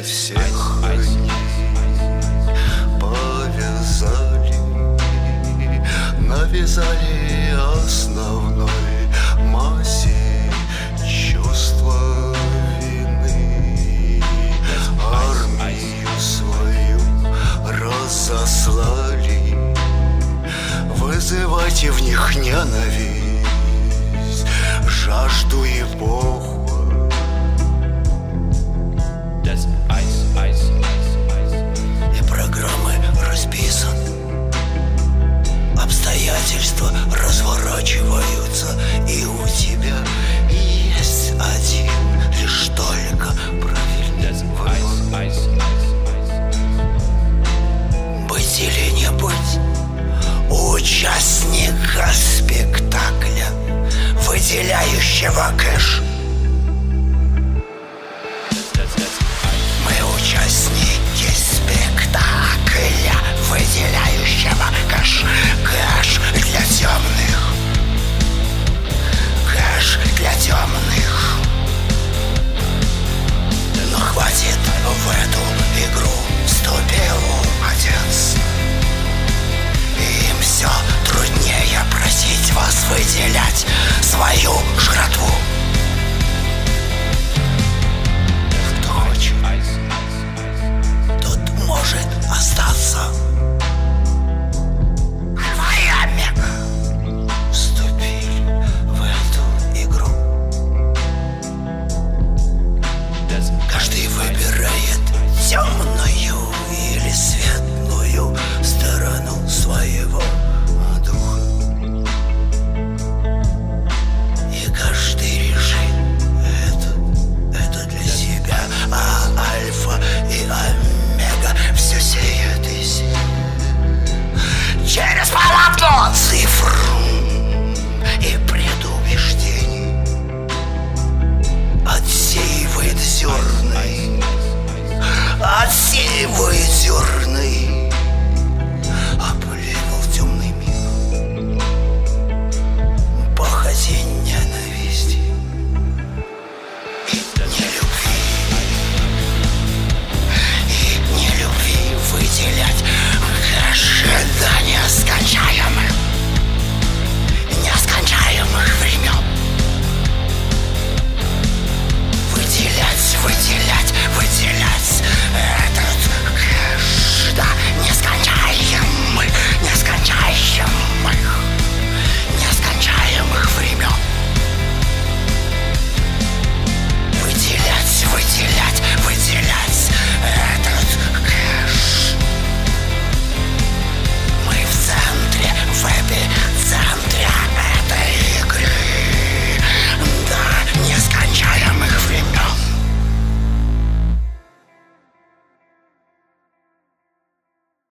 Всех они повязали, навязали основной массе чувства вины. Армию свою разослали, вызывайте в них ненависть, жажду и похоть. И программы расписаны, обстоятельства разворачиваются, и у тебя есть один лишь только правильный выбор: быть или не быть участника спектакля, выделяющего кэш.